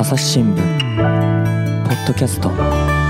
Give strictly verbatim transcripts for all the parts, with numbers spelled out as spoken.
朝日新聞ポッドキャスト。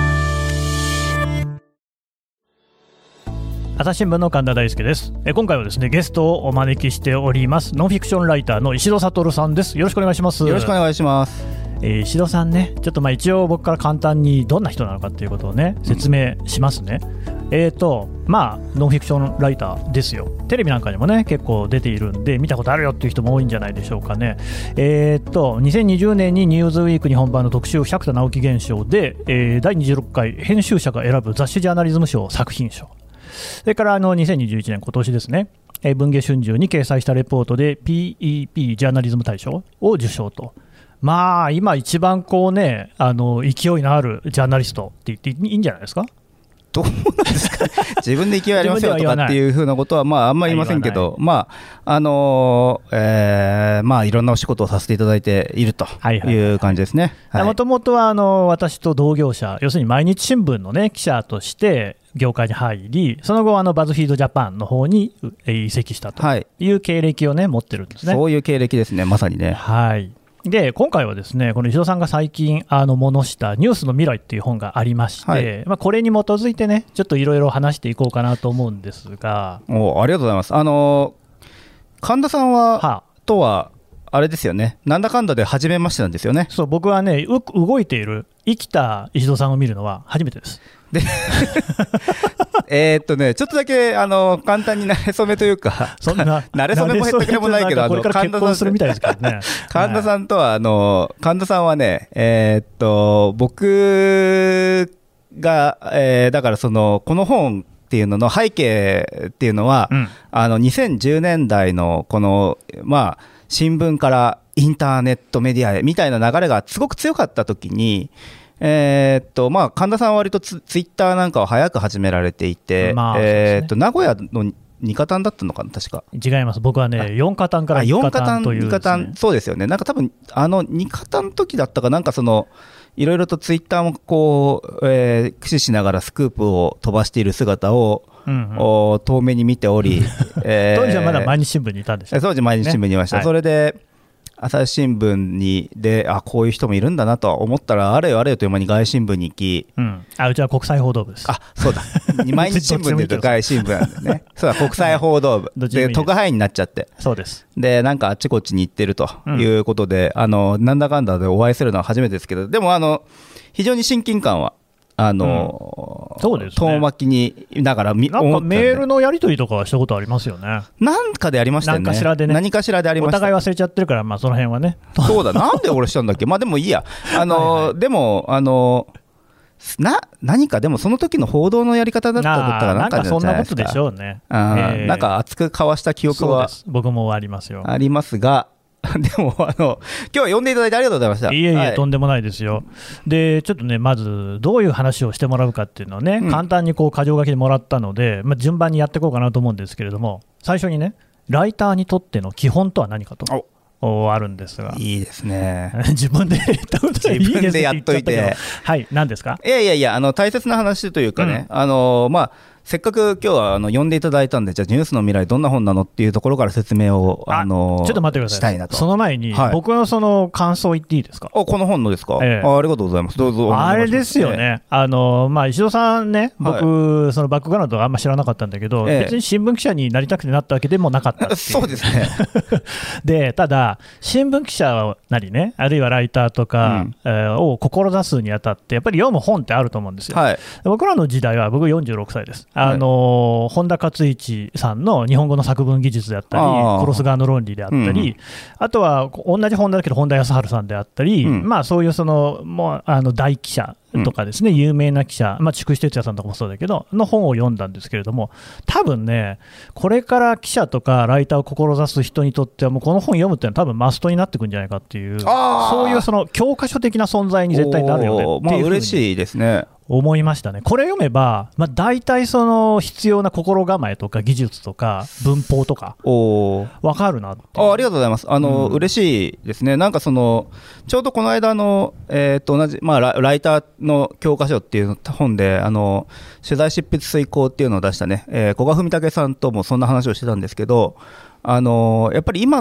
朝日新聞の神田大輔です。え今回はですねゲストをお招きしております。ノンフィクションライターの石戸悟さんです。よろしくお願いします。 よろしくお願いします。 えー、石戸さんね、ちょっとまあ一応僕から簡単にどんな人なのかっていうことをね説明しますね。えーとまあノンフィクションライターですよ。テレビなんかにもね結構出ているんで見たことあるよっていう人も多いんじゃないでしょうかね。えーとにせんにじゅうねんにニューズウィーク日本版の特集百田直樹現象で、えー、だいにじゅうろっかい編集者が選ぶ雑誌ジャーナリズム賞作品賞、それからあのにせんにじゅういちねん今年ですね、えー、文藝春秋に掲載したレポートで ピーイーピー ジャーナリズム大賞を受賞と。まあ今一番こうねあの勢いのあるジャーナリストって言っていいんじゃないですか。 どうなんですか自分で勢いありますよとかっていうふうなことはまああんまり言いませんけど、まああのーえー、まあいろんなお仕事をさせていただいているという感じですね。 もともとはあの私と同業者、要するに毎日新聞のね記者として業界に入り、その後あのバズフィードジャパンの方に移籍したという経歴をね持ってるんですね。 そういう経歴ですね、まさにね。 はい。で今回はですねこの石戸さんが最近あの物したニュースの未来っていう本がありまして、はい、まあ、これに基づいてねちょっといろいろ話していこうかなと思うんですが。 おありがとうございます。あの神田さんは、はあ、とはあれですよね、なんだかんだで初めましてなんですよね。 そう、僕はねう動いている生きた石戸さんを見るのは初めてです。 でえーっとねちょっとだけあの簡単に慣れ初めというか、そんな慣れ初めもへったくれもないけど、 これから結婚するみたいですからね。 神田さんとはあの神田さんはねえーっと僕が、えー、だからそのこの本っていうのの背景っていうのは、うん、あのにせんじゅうねんだいのこのまあ新聞からインターネットメディアへみたいな流れがすごく強かった時に、えーっとまあ、神田さんは割とツイッターなんかを早く始められていて、まあえーっと名古屋のにかたんだったのかな、確か。 違います、僕はねよんかたんからにかたんという、ね、 よんかたん、そうですよね。なんか多分あのにかたんの時だったかなんかそのいろいろとツイッターもこう、えー、駆使しながらスクープを飛ばしている姿を、うんうん、遠目に見ており、 えー、当時はまだ毎日新聞にいたんですよ。 当時毎日新聞にいました、ね、はい、それで朝日新聞にであこういう人もいるんだなと思ったら、あれよあれよという間に外新聞に行き、 うん、あうちは国際報道部です。 あそうだ毎日新聞で言うと外新聞なんだねそうだ国際報道部で特派員になっちゃって、 そうです。 でなんかあっちこっちに行ってるということで、うん、あのなんだかんだでお会いするのは初めてですけど、でもあの非常に親近感はあのーうんね、遠巻きにだからなんかメールのやり取りとかはしたことありますよね。 なんかでありましたよね。 何かしらでね。 何かしらでありました。 お互い忘れちゃってるから、まあ、その辺はね。 そうだ、なんで俺したんだっけまあでもいいや。あのーはいはい、でもあのー、な何かでもその時の報道のやり方だっただったらなんかじゃないですか。 なんかそんなことでしょうね。 あ、えー、なんか熱く交わした記憶は僕もありますよ。 ありますが。でもあの今日は呼んでいただいてありがとうございました。 いえいえ、 はい、 とんでもないですよ。でちょっとねまずどういう話をしてもらうかっていうのをね、うん、簡単にこう箇条書きでもらったので、まあ、順番にやっていこうかなと思うんですけれども、最初にねライターにとっての基本とは何かとあるんですが。 いいですね自分で言ったことでいいですね。 自分でやっといてはい何ですか。 いやいやいやあの大切な話というかね、うん、あのまあせっかく今日はあの呼んでいただいたんで、じゃあニュースの未来どんな本なのっていうところから説明をあのちょっと待ってください。したいなと。その前に、はい、僕のその感想言っていいですか。 あこの本のですか、ええ、あ, ありがとうございます。どうぞ。 あれですよね、ええ、あのまあ、石戸さんね、僕、はい、そのバックグラウンドはあんま知らなかったんだけど、ええ、別に新聞記者になりたくてなったわけでもなかったっていうそうですねでただ新聞記者なりね、あるいはライターとか、うんえー、を志すにあたってやっぱり読む本ってあると思うんですよ、はい、僕らの時代は僕よんじゅうろくさいです。あの、はい、本田勝一さんの日本語の作文技術であったり、クロス側の論理であったり、うん、あとは同じ本田だけど本田康晴さんであったり、うん、まあ、そういうそのもうあの大記者とかですね、うん、有名な記者、まあ、筑紫哲也さんとかもそうだけどの本を読んだんですけれども、多分ねこれから記者とかライターを志す人にとってはもうこの本読むっていうのは多分マストになってくるんじゃないかっていう、そういうその教科書的な存在に絶対になるよねっていうふうに、まあ、嬉しいですね思いましたね。これ読めば、まあ、大体その必要な心構えとか技術とか文法とか分かるなって。 あ, ありがとうございます。あの、うん、嬉しいですね。なんかそのちょうどこの間の、えー、と同じ、まあ、ラ, ライターの教科書っていう本であの取材執筆遂行っていうのを出したね、えー、古賀文武さんともそんな話をしてたんですけど、あのやっぱり今の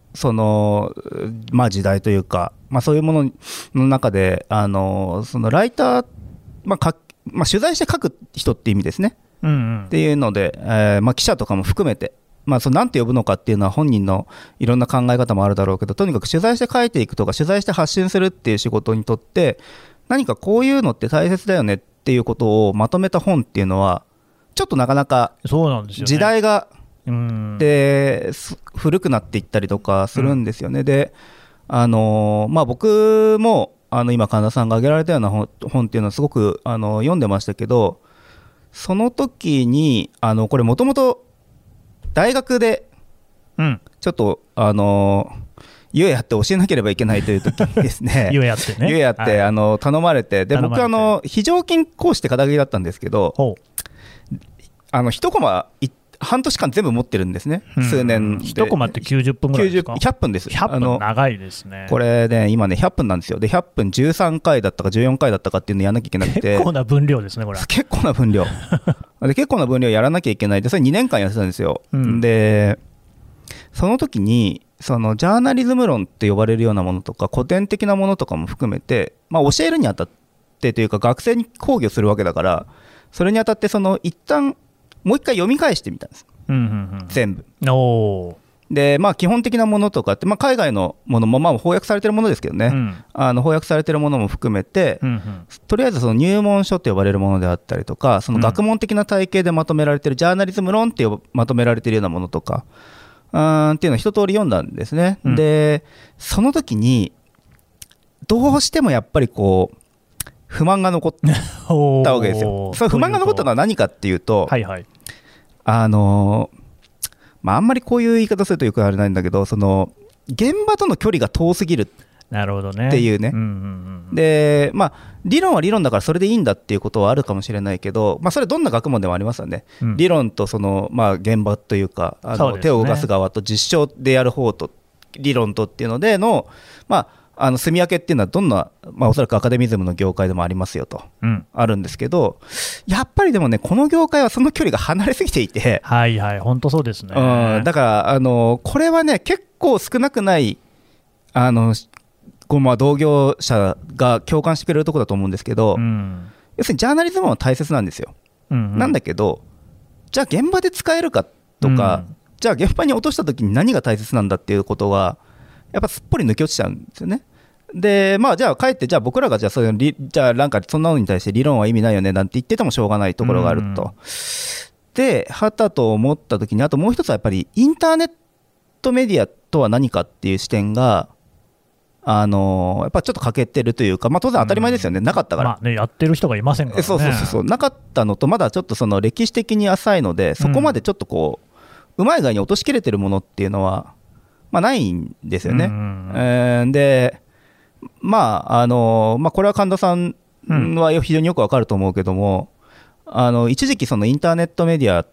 その、まあ、時代というか、まあ、そういうものの中であのそのライター、まあかまあ、取材して書く人っていう意味ですね、 うんうん、 っていうので、えーまあ、記者とかも含めて、まあ、そのなんて呼ぶのかっていうのは本人のいろんな考え方もあるだろうけど、とにかく取材して書いていくとか取材して発信するっていう仕事にとって何かこういうのって大切だよねっていうことをまとめた本っていうのはちょっとなかなか時代がで古くなっていったりとかするんですよね、うん、で、あのまあ、僕もあの今神田さんが挙げられたような 本, 本っていうのはすごくあの読んでましたけど、その時にあのこれもともと大学でちょっと、うん、あのゆえやって教えなければいけないという時にですねゆえやってねゆえやって、はい、あの頼まれて、で僕あの非常勤講師って肩書きだったんですけど、あの一コマ半年間全部持ってるんですね、うん、数年で。 一コマってきゅうじゅっぷんぐらいですか？ ひゃっぷんです。 ひゃっぷん長いですね。 これね今ねひゃっぷんなんですよ。でひゃっぷんじゅうさんかいだったかじゅうよんかいだったかっていうのをやらなきゃいけなくて、 結構な分量ですねこれ。 結構な分量で結構な分量やらなきゃいけないで、それにねんかんやってたんですよ、うん、でその時にそのジャーナリズム論って呼ばれるようなものとか古典的なものとかも含めて、まあ、教えるにあたってというか学生に講義をするわけだから、それにあたってその一旦もう一回読み返してみたんです、うんうんうん、全部。おで、まあ、基本的なものとかって、まあ、海外のものもまあ翻訳されてるものですけどね、うん、あの翻訳されてるものも含めて、うんうん、とりあえずその入門書と呼ばれるものであったりとか、その学問的な体系でまとめられてるジャーナリズム論ってまとめられてるようなものとかうんっていうのを一通り読んだんですね、うん、でその時にどうしてもやっぱりこう不満が残ったわけですよ。その不満が残ったのは何かっていうと、はいはい、あのまあ、あんまりこういう言い方するとよくあれないんだけど、その現場との距離が遠すぎるっていうね。で、まあ、理論は理論だからそれでいいんだっていうことはあるかもしれないけど、まあ、それはどんな学問でもありますよね、うん、理論とその、まあ、現場というかあの手を動かす側と実証でやる方と理論とっていうのでの、まああの住み分けっていうのはどんな、まあ、おそらくアカデミズムの業界でもありますよと、うん、あるんですけど、やっぱりでもねこの業界はその距離が離れすぎていて、 はいはい本当そうですね、 うん、だからあのこれはね結構少なくないあのこうまあ同業者が共感してくれるところだと思うんですけど、うん、要するにジャーナリズムは大切なんですよ、うんうん、なんだけどじゃあ現場で使えるかとか、うん、じゃあ現場に落とした時に何が大切なんだっていうことはやっぱすっぽり抜け落ちちゃうんですよね。でまあじゃあかえってじゃあ僕らがじゃあそういうじゃあなんかそんなのに対して理論は意味ないよねなんて言っててもしょうがないところがあると、うん、ではたと思った時に、あともう一つはやっぱりインターネットメディアとは何かっていう視点があのー、やっぱちょっと欠けてるというか、まあ、当然当たり前ですよね、うん、なかったから、 まあね、やってる人がいませんからね。 そうそうそうそうなかったのと、まだちょっとその歴史的に浅いのでそこまでちょっとこう、うん、うまい具合に落としきれてるものっていうのは、まあ、ないんですよね、うんうんうんえー、でまああのまあ、これは神田さんは非常によくわかると思うけども、うん、あの一時期そのインターネットメディアって、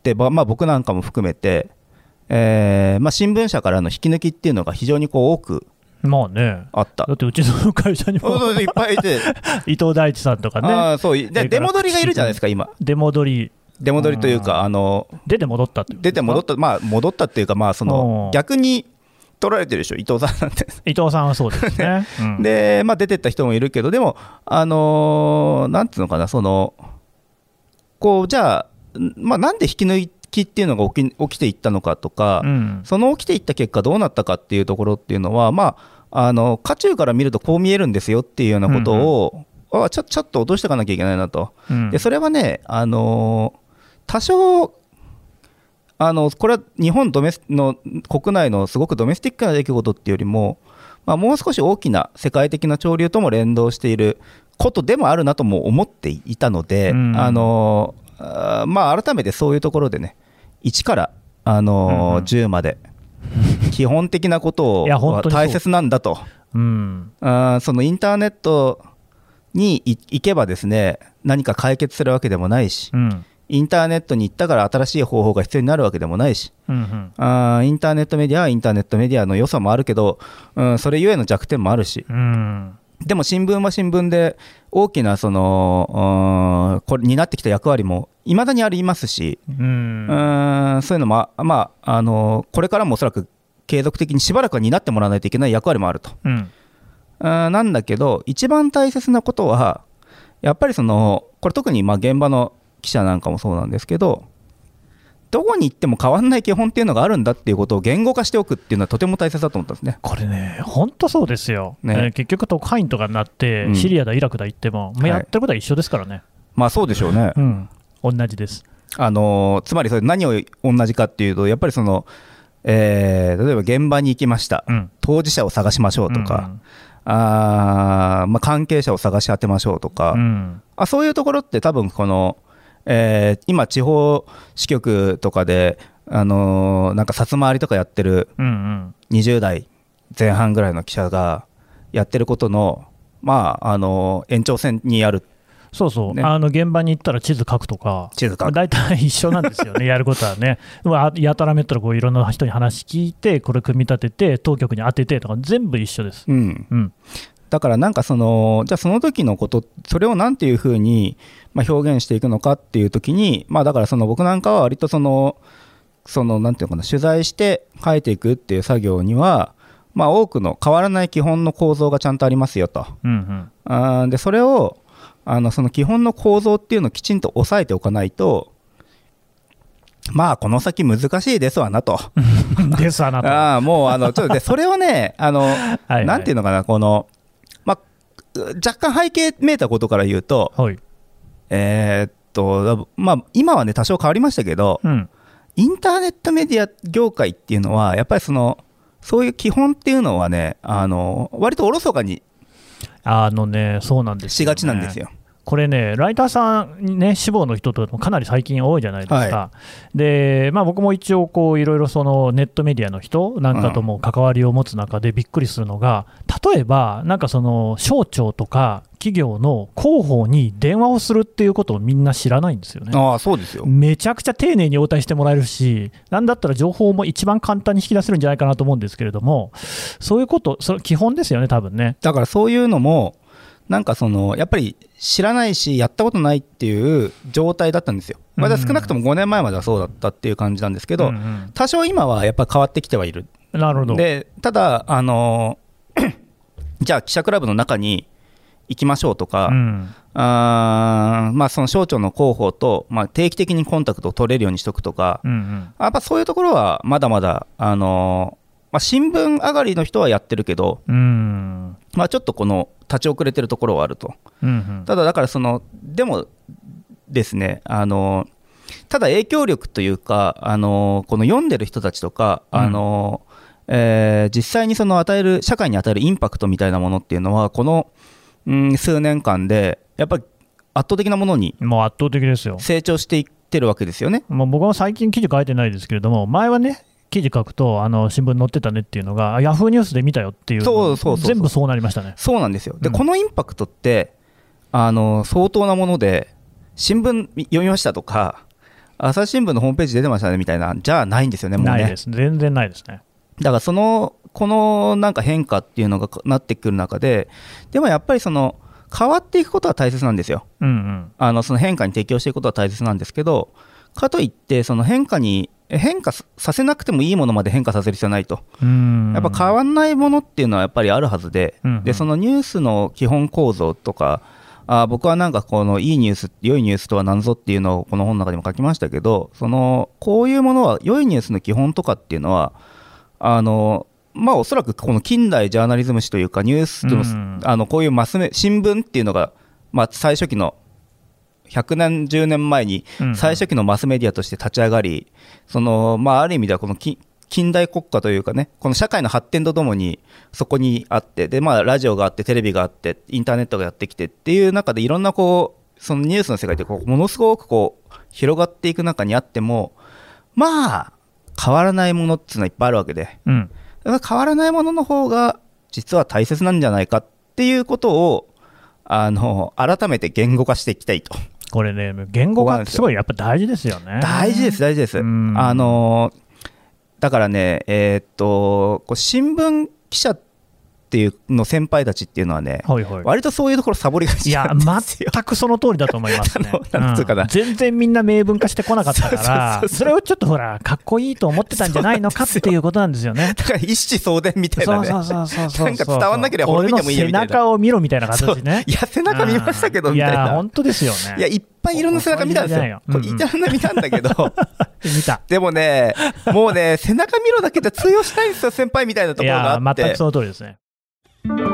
まあ、僕なんかも含めて、えーまあ、新聞社からの引き抜きっていうのが非常にこう多くまあね、 あった。 だってうちの会社にもいっぱいいて伊藤大地さんとかね、 あそうで出戻りがいるじゃないですか今。 出戻り出戻りというか、あの出て戻ったって出て戻った、まあ、戻ったっていうか、まあ、その逆に取られてるでしょ伊藤さんなんて。 伊藤さんはそうですね、 うん、で、まあ、出てった人もいるけど、でもあのー、なんていうのかな、そのこうじゃあ、まあ、なんで引き抜きっていうのが起き、起きていったのかとか、うん、その起きていった結果どうなったかっていうところっていうのは、まあ、あの渦中から見るとこう見えるんですよっていうようなことを、うんうん、あちょ、ちょっと落としていかなきゃいけないなと、うん、でそれはね、あのー、多少あのこれは日本ドメスの国内のすごくドメスティックな出来事っていうよりも、まあ、もう少し大きな世界的な潮流とも連動していることでもあるなとも思っていたので、うん、あのあまあ、改めてそういうところでねいちから、あのーうん、じゅうまで基本的なことは大切なんだと、うん、あそのインターネットに行けばですね何か解決するわけでもないし、うんインターネットに行ったから新しい方法が必要になるわけでもないし、うんうん、あインターネットメディアはインターネットメディアの良さもあるけど、うん、それゆえの弱点もあるし、うん、でも新聞は新聞で大きなそのこれになってきた役割もいまだにありますし、うん、うんそういうのも、まあ、あのこれからもおそらく継続的にしばらくは担ってもらわないといけない役割もあると、うん、あなんだけど一番大切なことはやっぱりそのこれ特にまあ現場の記者なんかもそうなんですけど、どこに行っても変わんない基本っていうのがあるんだっていうことを言語化しておくっていうのはとても大切だと思ったんですね。 これね、本当そうですよ、ねえー、結局、特派員とかになって、うん、シリアだ、イラクだ行っても、まあ、やってることは一緒ですからね。はい、まあそうでしょうね、 うん、同じです。 あのー、つまりそれ何を同じかっていうと、やっぱりその、えー、例えば現場に行きました、うん、当事者を探しましょうとか、うんうん、あまあ、関係者を探し当てましょうとか、うん、あそういうところって多分この、えー、今地方支局とかで、あのー、なんか札回りとかやってるにじゅう代前半ぐらいの記者がやってることの、まああのー、延長線にある。 そうそう、ね、あの現場に行ったら地図書くとか、 地図書く大体一緒なんですよね、やることはね。やたらめったらこういろんな人に話聞いて、これ組み立てて、当局に当ててとか、全部一緒です。うんうん、 だからなんかその、じゃあその時のこと、それをなんていうふうにまあ表現していくのかっていう時に、まあだからその僕なんかは割とその、そのなんていうのかな、取材して書いていくっていう作業には、まあ多くの変わらない基本の構造がちゃんとありますよと。うんうん、あでそれをあのその基本の構造っていうのをきちんと押さえておかないと、まあこの先難しいですわなとですわなとあもうあのちょっとでそれをねあのはい、なんていうのかな、この、まあ、若干背景めいたことから言うと、はい、えー、っとまあ今はね多少変わりましたけど、うん、インターネットメディア業界っていうのはやっぱりそのそういう基本っていうのはね、あの割とおろそかにあのねそうなんですよね、 しがちなんですよ。 これね、ライターさん、ね、志望の人とかもかなり最近多いじゃないですか、はい、でまあ、僕も一応こう、いろいろそのネットメディアの人なんかとも関わりを持つ中でびっくりするのが、うん、例えば、なんかその省庁とか企業の広報に電話をするっていうことをみんな知らないんですよね。 ああそうですよ。 めちゃくちゃ丁寧に応対してもらえるし、なんだったら情報も一番簡単に引き出せるんじゃないかなと思うんですけれども、そういうこと、それ基本ですよね、多分ね。 だからそういうのもなんかそのやっぱり知らないしやったことないっていう状態だったんですよ。まだ少なくともごねんまえまではそうだったっていう感じなんですけど、うんうん、多少今はやっぱり変わってきてはいる。 なるほど。 でただあのじゃあ記者クラブの中に行きましょうとか、うん、あまあその省庁の広報と、まあ、定期的にコンタクトを取れるようにしとくとか、うんうん、やっぱそういうところはまだまだあのまあ、新聞上がりの人はやってるけど、うんまあ、ちょっとこの立ち遅れてるところはあると、うんうん、ただだからそのでもですね、あのただ影響力というか、あのこの読んでる人たちとか、うんあのえー、実際にその与える社会に与えるインパクトみたいなものっていうのはこの、うん、数年間でやっぱり圧倒的なものにもう圧倒的ですよ。 成長していってるわけですよね。 もう僕は最近記事書いてないですけれども、前はね記事書くとあの新聞載ってたねっていうのがヤフーニュースで見たよっていう、そうそうそうそう全部そうなりましたね。 そうなんですよ。で、うん、このインパクトってあの相当なもので、新聞読みましたとか朝日新聞のホームページ出てましたねみたいなじゃないんですよね。もうねないです、全然ないですね。 だからそのこのなんか変化っていうのがなってくる中で、でもやっぱりその変わっていくことは大切なんですよ、うんうん、あのその変化に適応していくことは大切なんですけど、かといってその変化に変化させなくてもいいものまで変化させる必要はないと。うんやっぱ変わんないものっていうのはやっぱりあるはずで、うんうん、でそのニュースの基本構造とか、あ僕はなんかこのいいニュース良いニュースとは何ぞっていうのをこの本の中でも書きましたけど、そのこういうものは良いニュースの基本とかっていうのはあのまあおそらくこの近代ジャーナリズム史というかニュースの、うん、あのこういうマスメ新聞っていうのが、まあ、最初期のひゃくねんじゅうねんまえに最初期のマスメディアとして立ち上がり、そのまあある意味ではこの近代国家というかね、この社会の発展とともにそこにあって、でまあラジオがあってテレビがあってインターネットがやってきてっていう中でいろんなこうそのニュースの世界ってこうものすごくこう広がっていく中にあっても、まあ変わらないものっていうのはいっぱいあるわけで、うん、だから変わらないものの方が実は大切なんじゃないかっていうことをあの改めて言語化していきたいと。 これね、言語化ってすごいやっぱ大事ですよね。 大事です大事です。あのだからね、えー、っとこう新聞記者っていうの先輩たちっていうのはね、はいはい、割とそういうところサボりがちなんですよ。 いや全くその通りだと思いますね。 なんつうかな、 うん、全然みんな明文化してこなかったからそれをちょっとほらかっこいいと思ってたんじゃないのかっていうことなんですよね。 だから一子相伝みたいなね、 そうそうそうそうそう、 なんか伝わんなければ滅びてもいいみたいな、 俺の背中を見ろみたいな形ね。 いや背中見ましたけどみたいな、 いや本当ですよね。 いやいっぱいいろんな背中見たんですよ。これいろんな見たんだけど見た。 でもねもうね背中見ろだけじゃ通用しないんですよ、先輩みたいなところがあって。 いや全くその通りですね。質問ド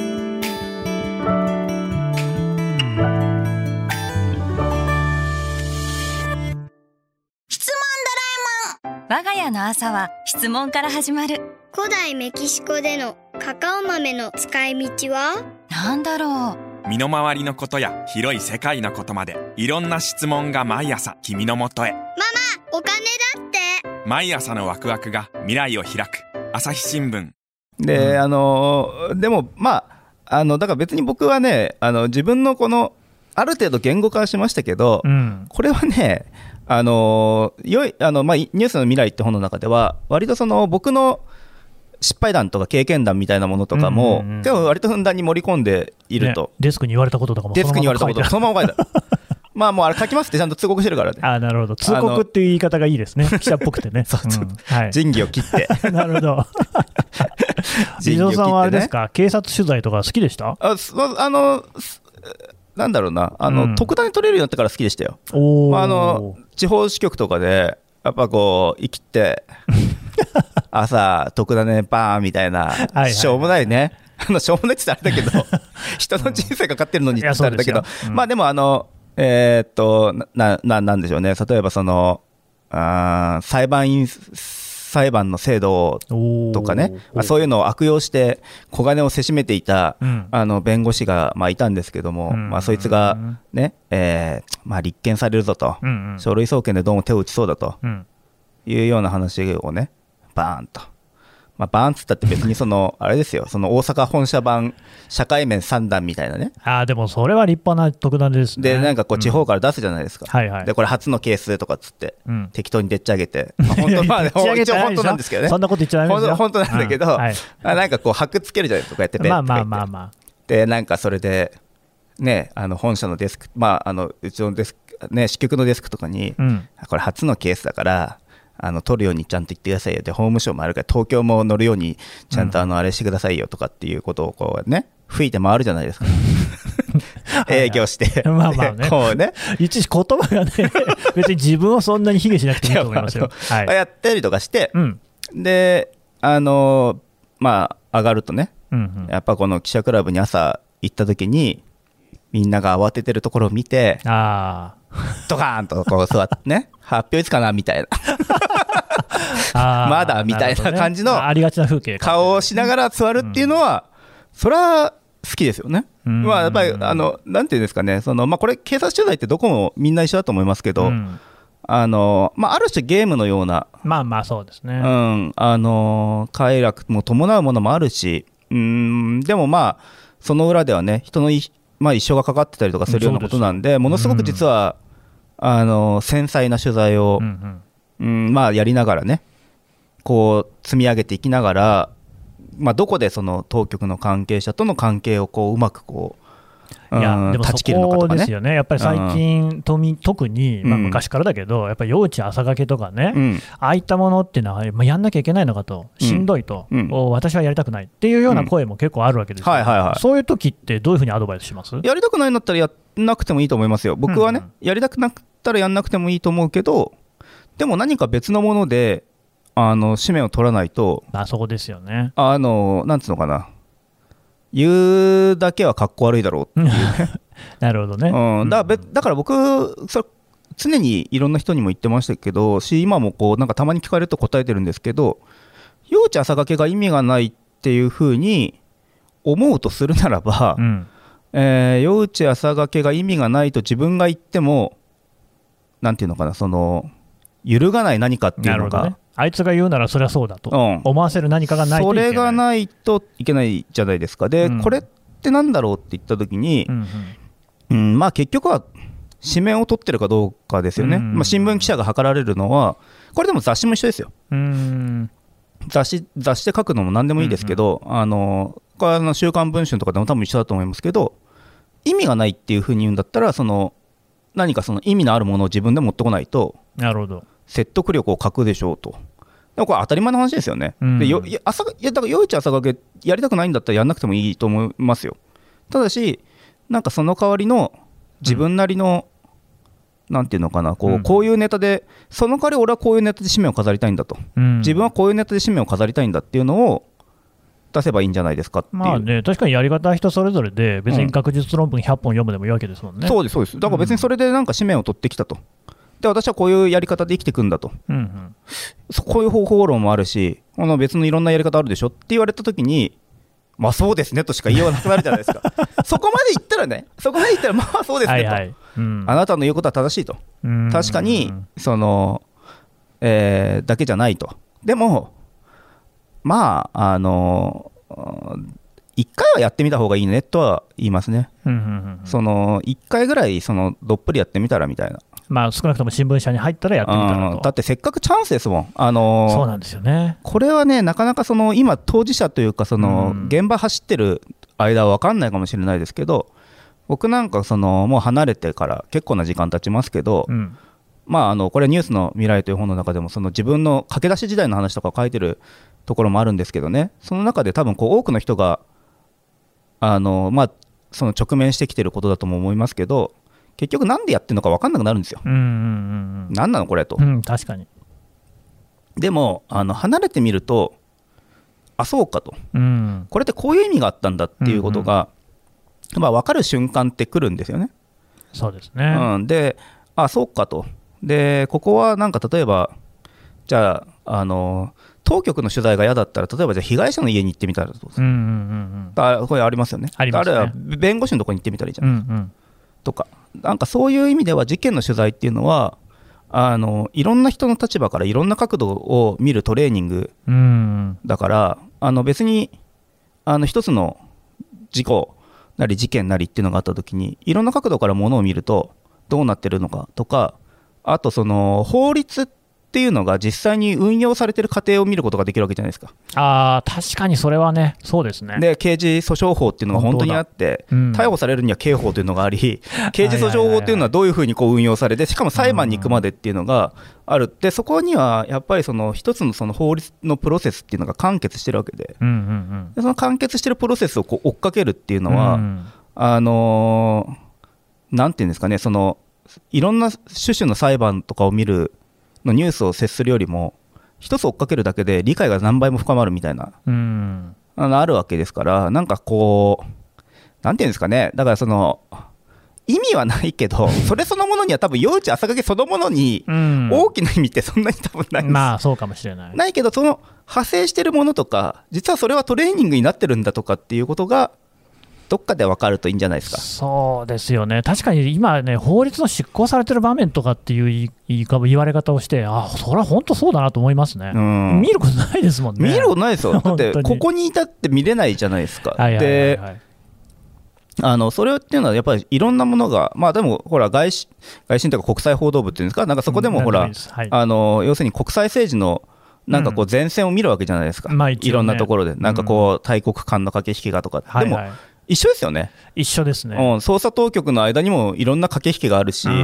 ラえもん。我が家の朝は質問から始まる。 古代メキシコでのカカオ豆の使い道はなんだろう。身の回りのことや広い世界のことまでいろんな質問が毎朝君のもとへ。ママ、 お金だって。 毎朝のワクワクが未来を開く。朝日新聞。 で、うん、あのでもまああのだから別に僕はね、あの自分のこのある程度言語化はしましたけど、うん、これはね、あのよいあの、まあ、ニュースの未来って本の中では割とその僕の失敗談とか経験談みたいなものとかも、うんうんうん、でも割とふんだんに盛り込んでいると、ね、 デスクに言われたこととかもデスクに言われたことそのまま書いてあるまあもうあれ書きますってちゃんと通告してるからね。 あ、なるほど。通告っていう言い方がいいですね。記者っぽくてね。 そうそう、うん、はい、仁義を切ってなるほど伊蔵さんはあれですか、警察取材とか好きでした？ あ、あのなんだろうな、あの、うん、特段に取れるようになってから好きでしたよ。お、まあ、あの地方支局とかでやっぱこう生きて朝特ダネバーンみたいなはい、はい、しょうもないねあのしょうもないって言ったらあれだけど人の人生かかってるのにって言ったらあれだけど、うん、まあでもあのえー、っとなななんでしょうね、例えばそのあ裁判員裁判の制度とかね、まあ、そういうのを悪用して小金をせしめていた、うん、あの弁護士が、まあ、いたんですけども、うんまあ、そいつが、ねえーまあ、立件されるぞと、うんうん、書類送検でどうも手を打ちそうだというような話をねバーンと、まあ、バーンっつったって別にそのあれですよ、その大阪本社版社会面さんだんみたいなね。 あ、でもそれは立派な特段ですね。 でなんかこう地方から出すじゃないですか、うんはいはい、でこれ初のケースとかっつって、うん、適当にでっち上げて、まあ、本当まあ一応本当なんですけどね、 そんなこと言っちゃダメですよ。 本当なんだけど、うんはい、なんかこう箔つけるじゃないですか、こうやってペッて、まあまあまあまあ、でなんかそれでね、あの本社のデスク、まああのうちのデスクね支局のデスクとかに、うん、これ初のケースだからあの取るようにちゃんと言ってくださいよ、で法務省もあるから東京も乗るようにちゃんとあのあれしてくださいよとかっていうことをこうね吹いて回るじゃないですか営業してまあまあね、こうね一時言葉がね別に自分をそんなに卑下しなくていいと思いますよはい、やったりとかして、うん、であのまあ上がるとね、うんうん、やっぱこの記者クラブに朝行った時にみんなが慌ててるところを見て、あドカーンとこう座ってね発表いつかなみたいなまだみたいな感じのありがちな風景顔をしながら座るっていうのは、うん、それは好きですよね。まあやっぱりあのなんていうんですかね、そのまあこれ警察取材ってどこもみんな一緒だと思いますけど、うん、あのまあある種ゲームのような、 まあまあそうですね、 うん、あの快楽も伴うものもあるし、うん、でもまあその裏ではね人のい、まあ、一生がかかってたりとかするようなことなんで、ものすごく実は、うん、あの繊細な取材を、うんうんうん、まあやりながらねこう積み上げていきながら、まあ、どこでその当局の関係者との関係をこううまくこう、 いやでもそこですよね、やっぱり最近、うん、特に、まあ、昔からだけど、やっぱり幼稚朝がけとかね、うん、ああいったものっていうのは、まあ、やんなきゃいけないのかと、しんどいと、うん、私はやりたくないっていうような声も結構あるわけですよ、はいはいはい、そういう時ってどういうふうにアドバイスします？ やりたくないんだったらやんなくてもいいと思いますよ。僕はね、うんうん、やりたくなかったらやんなくてもいいと思うけど、でも何か別のものであの使命を取らないと、 あそこですよね、 あのなんつうのかな、言うだけはかっこ悪いだろうっていうねなるほどね、 うん、だから、だから僕それ常にいろんな人にも言ってましたけどし、今もこうなんかたまに聞かれると答えてるんですけど、幼稚朝がけが意味がないっていうふうに思うとするならば、うんえー、幼稚朝がけが意味がないと自分が言ってもなんていうのかな、その揺るがない何かっていうのが、 あいつが言うならそりゃそうだと思わせる何かがないといけない、 それがないといけないじゃないですか。で、うん、これってなんだろうって言った時に、うんうんうん、まあ結局は紙面を取ってるかどうかですよね、うんまあ、新聞記者が図られるのはこれでも雑誌も一緒ですよ、うん、雑誌、雑誌で書くのも何でもいいですけど、うんうん、あのこれはあの週刊文春とかでも多分一緒だと思いますけど、意味がないっていうふうに言うんだったら、その何かその意味のあるものを自分で持ってこないとなるほど説得力を欠くでしょうと。でもこれ当たり前の話ですよね、うん、でよいや朝いやだから夜市朝掛けやりたくないんだったらやんなくてもいいと思いますよ。ただしなんかその代わりの自分なりの、うん、なんていうのかなこう、うん、こういうネタでその代わり俺はこういうネタで締めを飾りたいんだと、うん、自分はこういうネタで締めを飾りたいんだっていうのを出せばいいんじゃないですかっていう。 まあね、確かにやり方は人それぞれで別に学術論文ひゃっぽん読むでもいいわけですもんね、 うん、そうですそうです。だから別にそれでなんか締めを取ってきたと、で私はこういうやり方で生きていくんだと、うんうん、こういう方法論もあるしこの別のいろんなやり方あるでしょって言われたときに、まあそうですねとしか言いようがなくなるじゃないですかそこまで言ったらねそこまで言ったらまあそうですねと、はいはい、うん、あなたの言うことは正しいと、確かにその、えー、だけじゃないと。でもまああの一回はやってみた方がいいねとは言いますね、うんうんうん、その一回ぐらいそのどっぷりやってみたらみたいな、 まあ、少なくとも新聞社に入ったらやってみたらと、 うん、だってせっかくチャンスですもん、あのー、 そうなんですよね。 これはねなかなかその今当事者というかその、うん、現場走ってる間は分かんないかもしれないですけど、僕なんかそのもう離れてから結構な時間経ちますけど、うん、まあ、あのこれニュースの未来という本の中でもその自分の駆け出し時代の話とか書いてるところもあるんですけどね、その中で多分こう多くの人があの、まあ、その直面してきてることだとも思いますけど、結局なんでやってるのか分かんなくなるんですよ、うんうんうん、何なのこれと、 うん、確かに。 でもあの離れてみるとあそうかと、うん、これってこういう意味があったんだっていうことが、うんうん、まあ、分かる瞬間ってくるんですよね。 そうですね、 うん、であそうかと。でここはなんか例えばじゃあ、あの当局の取材が嫌だったら例えばじゃあ被害者の家に行ってみたらどうですか、うんうんうんうん、あこれありますよね。 ありますね。 あるいは弁護士のところに行ってみたらいいじゃないですか、うんうん、とかなんかそういう意味では事件の取材っていうのはあのいろんな人の立場からいろんな角度を見るトレーニングだから、うん、あの別にあの一つの事故なり事件なりっていうのがあったときにいろんな角度からものを見るとどうなってるのかとか、あとその法律っていうのが実際に運用されてる過程を見ることができるわけじゃないですか。 あー確かにそれはね、そうですね。 で刑事訴訟法っていうのが本当にあって、うん、逮捕されるには刑法というのがあり刑事訴訟法っていうのはどういうふうにこう運用されて、しかも裁判に行くまでっていうのがある。でそこにはやっぱりその一つのその法律のプロセスっていうのが完結してるわけで、うんうんうん、でその完結してるプロセスをこう追っかけるっていうのは、うん、あのー、なんていうんですかね、そのいろんな種々の裁判とかを見るのニュースを接するよりも一つ追っかけるだけで理解が何倍も深まるみたいな、うん、あのあるわけですから、なんかこうなんていうんですかね、だからその意味はないけどそれそのものには多分夜市朝掛けそのものに大きな意味ってそんなに多分ないんです、うん、 まあそうかもしれないないけど、その派生してるものとか実はそれはトレーニングになってるんだとかっていうことがどっかで分かるといいんじゃないですか。 そうですよね。確かに今ね、法律の執行されてる場面とかっていう言い言われ方をして、あそれは本当そうだなと思いますね、うん、見ることないですもんね。 見ることないですよ。だってここにいたって見れないじゃないですか。はいはいはいはい、であのそれっていうのはやっぱりいろんなものが、まあでもほら外信外信というか国際報道部っていうんですか、なんかそこでもほら、うんはい、あの要するに国際政治のなんかこう前線を見るわけじゃないですか、うんまあね、いろんなところでなんかこう大国間の駆け引きがとか、うん、でも、はいはい、一緒ですよね。 一緒ですね、うん、 捜査当局の間にもいろんな駆け引きがあるし、うん、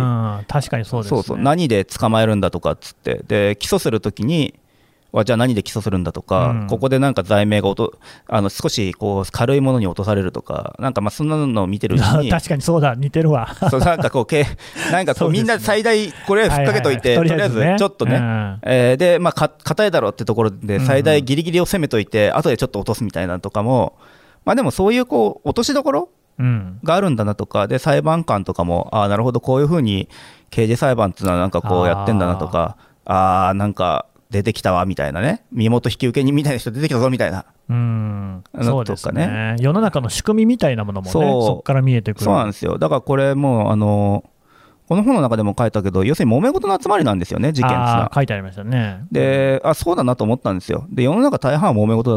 確かにそうですね。 そうそう、何で捕まえるんだとかっつって、で起訴するときにはじゃあ何で起訴するんだとか、うん、ここでなんか罪名が落とあの少しこう軽いものに落とされるとか、なんかまあそんなのを見てるうちに確かにそうだ、似てるわそうなんかこうけなんかこうみんな最大これふっかけといて、はいはいはい、とりあえずちょっとね、うんえー、でまあか硬いだろうってところで最大ギリギリを攻めといて、うん、後でちょっと落とすみたいなとかも、まあでもそういうこう落としどころがあるんだなとか、で裁判官とかもああなるほどこういうふうに刑事裁判っていうのはなんかこうやってんだなとか、ああなんか出てきたわみたいなね、身元引き受け人みたいな人出てきたぞみたいな、 うん、そうですね、世の中の仕組みみたいなものもね、そこから見えてくる。 そうなんですよ。だからこれもうあのこの本の中でも書いたけど、要するに揉め事の集まりなんですよね、事件っていうのは。 書いてありましたね。 であそうだなと思ったんですよ。で世の中大半は揉め事だと。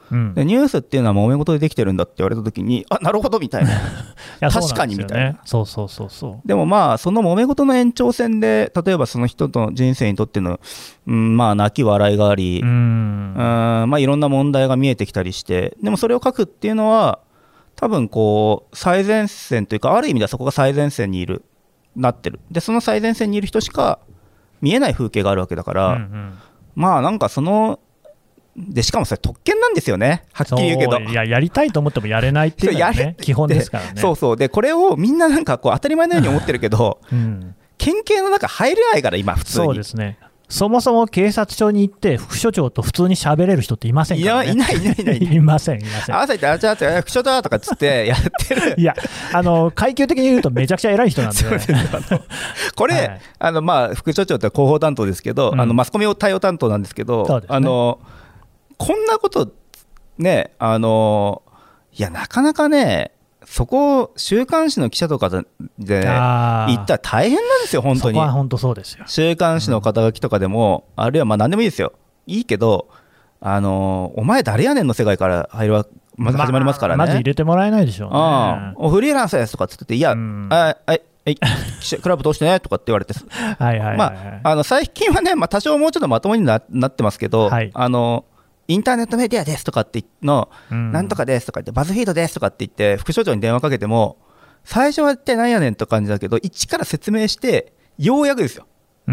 うん、 でニュースっていうのは揉め事でできてるんだって言われたときに、あ、なるほどみたいな、いや確かにみたいな。 そうそうそうそう。 でもまあその揉め事の延長線で、例えばその人の人生にとっての、うん、まあ泣き笑いがあり、うんうんまあいろんな問題が見えてきたりして、でもそれを書くっていうのは多分こう最前線というか、ある意味ではそこが最前線にいるなってる。でその最前線にいる人しか見えない風景があるわけだから、うんうん、まあなんかそのでしかもそれ特権なんですよね、はっきり言うけど。 いや、やりたいと思ってもやれないっていうのは、ね、基本ですからね。 そうそう。でこれをみんななんかこう当たり前のように思ってるけど、うん、県警の中入れないから今普通に。 そうですね。そもそも警察署に行って副署長と普通に喋れる人っていませんからね。 いや、いないいないいないいませんいません。 朝行ってあちゃあちゃ副署長とかっつってやってるいや、あの階級的に言うとめちゃくちゃ偉い人なんで、ね、 これ、はい、あのまあ副署長って広報担当ですけど、うん、あのマスコミ対応担当なんですけど、そうですね、あのこんなことね、あのいやなかなかね、そこ週刊誌の記者とかで言ったら大変なんですよ、本当に。 そこは本当そうですよ。 週刊誌の肩書きとかでも、うん、あるいはまあ何でもいいですよ、いいけど、あのお前誰やねんの世界から入るわ、まず始まりますからね、 まあ、まず入れてもらえないでしょうね。 ああフリーランスですとかっつってて、いや、うん、ああいクラブ通してねとかって言われてはいはいはい、はい、まあ、あの最近はね、まあ、多少もうちょっとまともに な, なってますけど、はい、あのインターネットメディアですとかっての、うん、なんとかですとか言って、バズフィードですとかって言って副所長に電話かけても、最初は一体何やねんって感じだけど、一から説明してようやくですよ。 うん、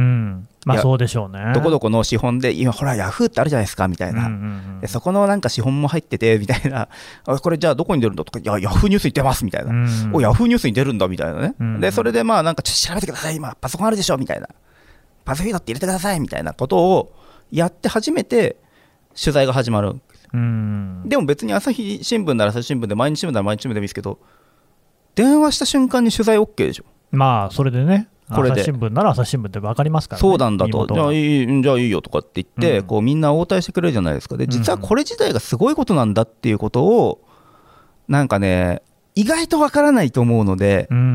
まあそうでしょうね。 どこどこの資本で今ほらヤフーってあるじゃないですかみたいな、うんうんうん、そこのなんか資本も入っててみたいな、あこれじゃあどこに出るんだとか、いやヤフーニュースに出ますみたいな、うん、おヤフーニュースに出るんだみたいなね、うんうん、でそれでまあなんかちょっと調べてください、今パソコンあるでしょみたいな、バズフィードって入れてくださいみたいなことをやって初めて取材が始まる。うん、でも別に朝日新聞なら朝日新聞で、毎日新聞なら毎日新聞でもいいですけど、電話した瞬間に取材 OK でしょ。 まあそれでね、これで朝日新聞なら朝日新聞って分かりますからね。 そうなんだと、じゃあいい、じゃあいいよとかって言って、うん、こうみんな応対してくれるじゃないですか。で実はこれ自体がすごいことなんだっていうことをなんかね、意外と分からないと思うので、うん、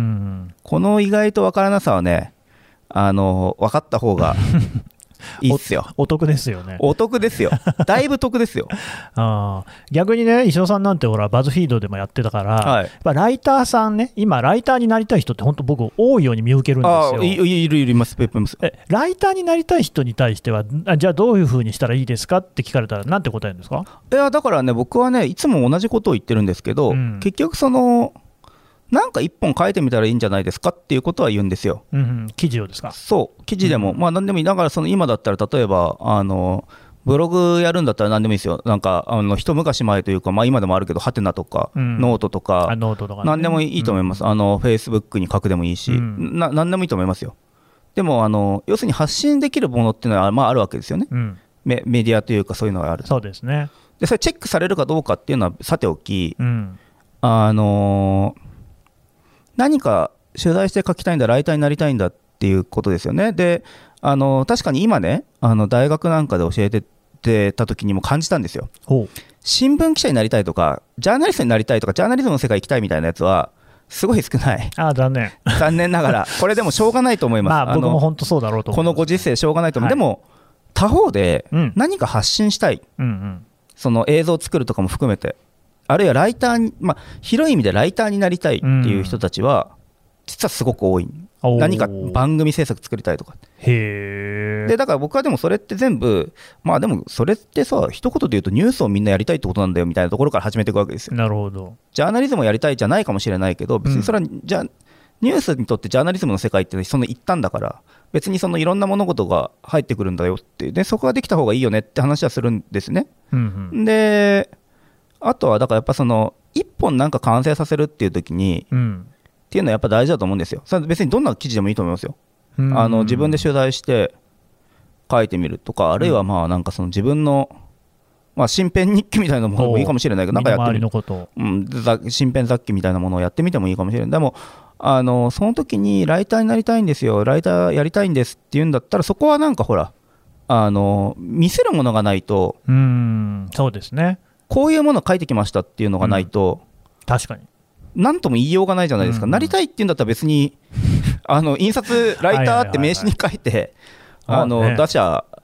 この意外と分からなさはね、あの分かった方がいいっすよ。 お, お得ですよね。 お得ですよ。だいぶ得ですよ。 あ逆にね、石尾さんなんてほらバズフィードでもやってたから、はい、やっぱライターさんね、今ライターになりたい人って本当僕多いように見受けるんですよ。 あ い, いるいるいますいますえライターになりたい人に対しては、じゃあどういう風にしたらいいですかって聞かれたらなんて答えるんですか？ いやだからね、僕はねいつも同じことを言ってるんですけど、うん、結局そのなんか一本書いてみたらいいんじゃないですかっていうことは言うんですよ、 うんうん、記事をですか？ そう記事でも、うん、まあ何でもいい。だからその今だったら例えばあのブログやるんだったら何でもいいですよ。なんかあの一昔前というか、まあ、今でもあるけどハテナとか、うん、ノートとか、 ノートとかね、 何でもいいと思います、うん、あのフェイスブックに書くでもいいし、うん、な何でもいいと思いますよ。でもあの要するに発信できるものっていうのはまああるわけですよね、うん、メ, メディアというかそういうのがある。 そうですね。 でそれチェックされるかどうかっていうのはさておき、うん、あのー何か取材して書きたいんだ、ライターになりたいんだっていうことですよね。で、あの確かに今ね、あの大学なんかで教えててた時にも感じたんですよ。新聞記者になりたいとか、ジャーナリストになりたいとか、ジャーナリズムの世界行きたいみたいなやつはすごい少ない。 あ残念。 残念ながら、これでもしょうがないと思います。 まあ僕も本当そうだろうと思います。 このご時世しょうがないと思う。はい、でも他方で何か発信したい、うんうんうん、その映像を作るとかも含めて。あるいはライターに、まあ、広い意味でライターになりたいっていう人たちは、実はすごく多い。何か番組制作作りたいとか。へでだから僕はでもそれって全部、まあでもそれってさ、一言で言うとニュースをみんなやりたいってことなんだよみたいなところから始めていくわけですよ。 なるほど。 ジャーナリズムをやりたいじゃないかもしれないけど、別にそれは、うん、じゃニュースにとってジャーナリズムの世界ってその一端だから、別にそのいろんな物事が入ってくるんだよっていう、でそこができた方がいいよねって話はするんですね。うんうん、であとはだからやっぱその一本なんか完成させるっていう時に、うん、っていうのはやっぱ大事だと思うんですよ。それ別にどんな記事でもいいと思いますよ。あの自分で取材して書いてみるとか、あるいはまあなんかその自分のまあ身辺日記みたいなものもいいかもしれないけど、なんかやってみる、うん、身辺雑記みたいなものをやってみてもいいかもしれない。でもあのその時にライターになりたいんですよ、ライターやりたいんですっていうんだったら、そこはなんかほらあの見せるものがないと、 うーんそうですね、 こういうものを書いてきましたっていうのがないと、 うん、確かに何とも言いようがないじゃないですか、うん、なりたいっていうんだったら別にあの印刷ライターって名刺に書いて、はいはいはいはい、あの、ね、出しゃ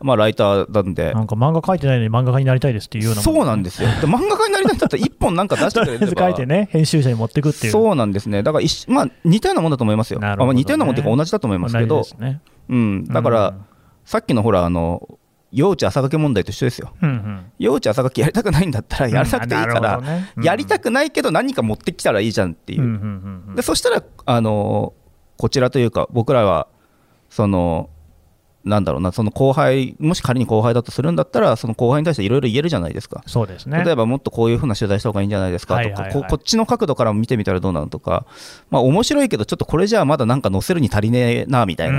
まあ、ライターなんで、 なんか漫画描いてないのに漫画家になりたいですっていうような、ね、 そうなんですよ。で漫画家になりたいんだったら一本なんか出してくれれば書いてね、編集者に持っていくっていう。 そうなんですね。だから一、まあ、似たようなもんだと思いますよ。ね、まあ、似たようなもんっていうか同じだと思いますけど、ね、うん、だから、うん、さっきのほらあの幼稚朝掛け問題と一緒ですよ、うんうん、幼稚朝掛けやりたくないんだったらやらなくていいから、うんねうん、やりたくないけど何か持ってきたらいいじゃんっていう、うんうんうんうん、でそしたらあのこちらというか僕らはそのなんだろうな、その後輩、もし仮に後輩だとするんだったらその後輩に対していろいろ言えるじゃないですか。 そうですね。 例えばもっとこういうふうな取材した方がいいんじゃないですかとか、はいはいはい、こ, こっちの角度から見てみたらどうなのとか、まあ面白いけどちょっとこれじゃあまだなんか載せるに足りねえなみたいな、うん、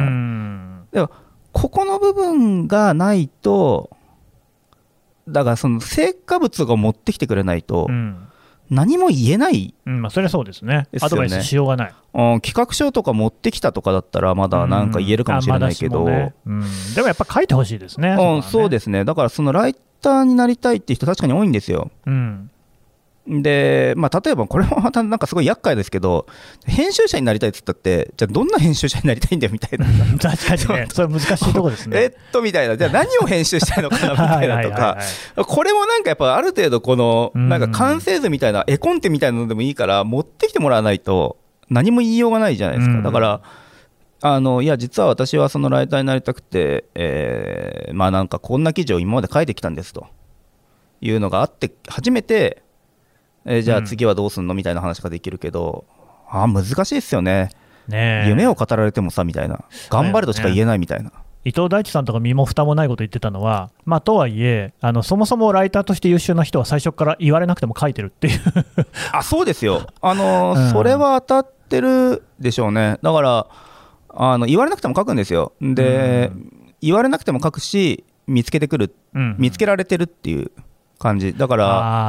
でもここの部分がないと、だからその成果物が持ってきてくれないと、うん何も言えない、 うんまあ、それはそうですね、アドバイスしようがない、 うん、企画書とか持ってきたとかだったらまだなんか言えるかもしれないけど、うんねうん、でもやっぱ書いてほしいですね、 うん、そうですね。だからそのライターになりたいって人確かに多いんですよ、うんでまあ、例えばこれもまたなんかすごい厄介ですけど、編集者になりたいって言ったって、じゃあどんな編集者になりたいんだよみたいな確かにね、それ難しいとこですねえっとみたいな、じゃあ何を編集したいのかなみたいなとかこれもなんかやっぱある程度このなんか完成図みたいな絵コンテみたいなのでもいいから持ってきてもらわないと何も言いようがないじゃないですか。だからあのいや実は私はそのライターになりたくて、えー、まあなんかこんな記事を今まで書いてきたんですというのがあって初めてえー、じゃあ次はどうすんのみたいな話ができるけど、うん、あ難しいですよ ね, ね夢を語られてもさみたいな、頑張るとしか言えないみたいな、ね、 伊藤大地さんとか身も蓋もないこと言ってたのは、まあ、とはいえあのそもそもライターとして優秀な人は最初から言われなくても書いてるっていうあそうですよ、あのーうん、それは当たってるでしょうね。だからあの言われなくても書くんですよ。で、うん、言われなくても書くし見つけてくる、うん、見つけられてるっていう感じだから、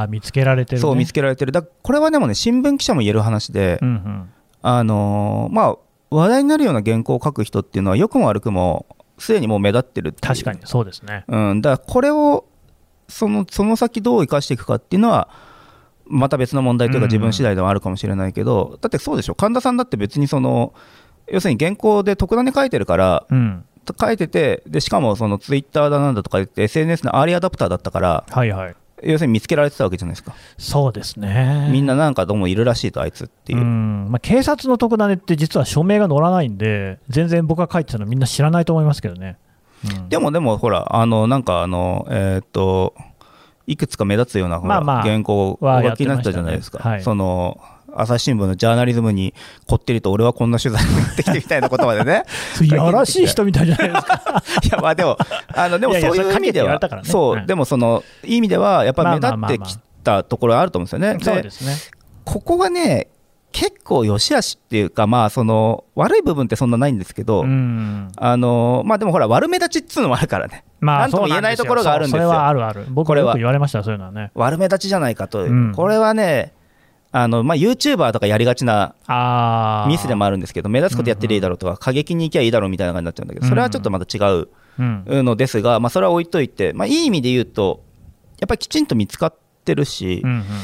あ見つけられてる、ね、 そう見つけられてる。だこれはでもね新聞記者も言える話で、うんうん、あのー、まあ話題になるような原稿を書く人っていうのは良くも悪くもすでにもう目立ってるっていう。 確かにそうですね、 うん、だからこれをその、その先どう生かしていくかっていうのはまた別の問題というか自分次第ではあるかもしれないけど、うんうん、だってそうでしょ、神田さんだって別にその要するに原稿で特段に書いてるから、うん書いてて、でしかもそのツイッターだなんだとか言って エスエヌエス のアーリーアダプターだったから、はいはい、要するに見つけられてたわけじゃないですか。 そうですね。 みんななんかどうもいるらしいとあいつっていう、 うんまあ、警察の特ダネって実は署名が載らないんで全然僕が書いてたのみんな知らないと思いますけどね、うん、 でもでもほらあのなんかあのえー、っといくつか目立つようなほら、まあまあ、原稿お書きになってたじゃないですか、ねはい、その朝日新聞のジャーナリズムにこってりと俺はこんな取材に行ってきてみたいなことまでねいやらしい人みたいじゃないですかいやまあでもあのでもそういう意味ではそう、うん、でもそのいい意味ではやっぱり目立ってきたところあると思うんですよね。 そうですね。 ここがね結構良し悪しっていうか、まあその悪い部分ってそんなないんですけど、うんあのまあでもほら悪目立ちっつうのもあるからね、まあ、なんとも言えないところがあるんですよ。 それはあるある。僕もよく言われましたそういうのはね。 悪目立ちじゃないかと、うん、これはねあのまあ、YouTuber とかやりがちなミスでもあるんですけど、目立つことやってりゃいいだろうとか過激に行きゃいいだろうみたいな感じになっちゃうんだけど、それはちょっとまた違うのですが、まあ、それは置いといて、まあ、いい意味で言うとやっぱりきちんと見つかってるし、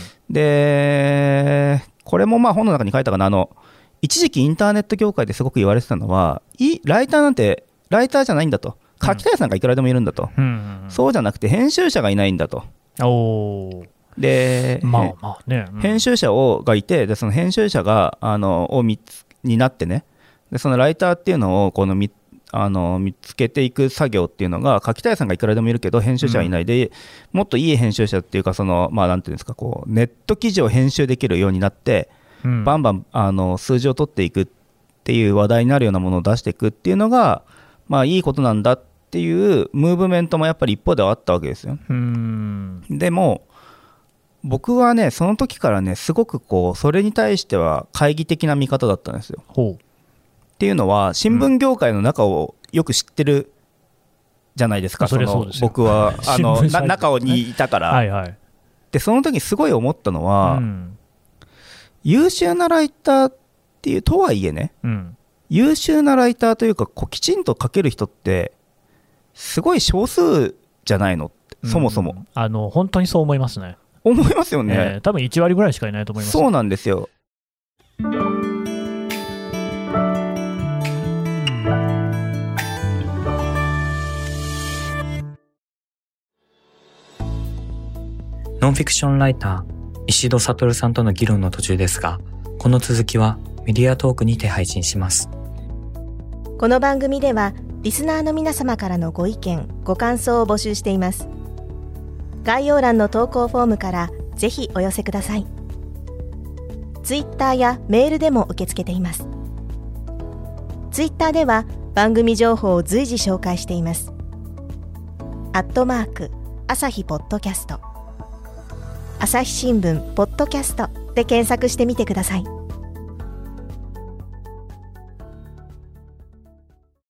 でこれもまあ本の中に書いたかな、あの一時期インターネット業界ですごく言われてたのは、いライターなんてライターじゃないんだと、書きたいやつなんかいくらでもいるんだと、そうじゃなくて編集者がいないんだと。おーで、まあまあねうん、編集者をがいて、でその編集者があのを見つになってね、でそのライターっていうのをこの見あの見つけていく作業っていうのが、書きたいさんがいくらでもいるけど編集者はいないで、うん、もっといい編集者っていうか、そのまあなんていうんですか、こうネット記事を編集できるようになって、うん、バンバンあの数字を取っていくっていう話題になるようなものを出していくっていうのが、まあいいことなんだっていうムーブメントもやっぱり一方ではあったわけですよ。うんでも僕はねその時からねすごくこうそれに対しては懐疑的な見方だったんですよ。ほうっていうのは新聞業界の中をよく知ってるじゃないですか、うん、その僕はあのな中にいたから、はいはい、でその時すごい思ったのは、うん、優秀なライターっていうとはいえね、うん、優秀なライターというかこうきちんと書ける人ってすごい少数じゃないのって、そもそも、うん、 あの本当にそう思いますね。 思いますよね、えー、多分いち割ぐらいしかいないと思います。 そうなんですよ。 ノンフィクションライター石戸悟さんとの議論の途中ですが、この続きはメディアトークにて配信します。 この番組ではリスナーの皆様からのご意見ご感想を募集しています。概要欄の投稿フォームからぜひお寄せください。ツイッターやメールでも受け付けています。ツイッターでは番組情報を随時紹介しています。アットマーク朝日ポッドキャスト、朝日新聞ポッドキャストで検索してみてください。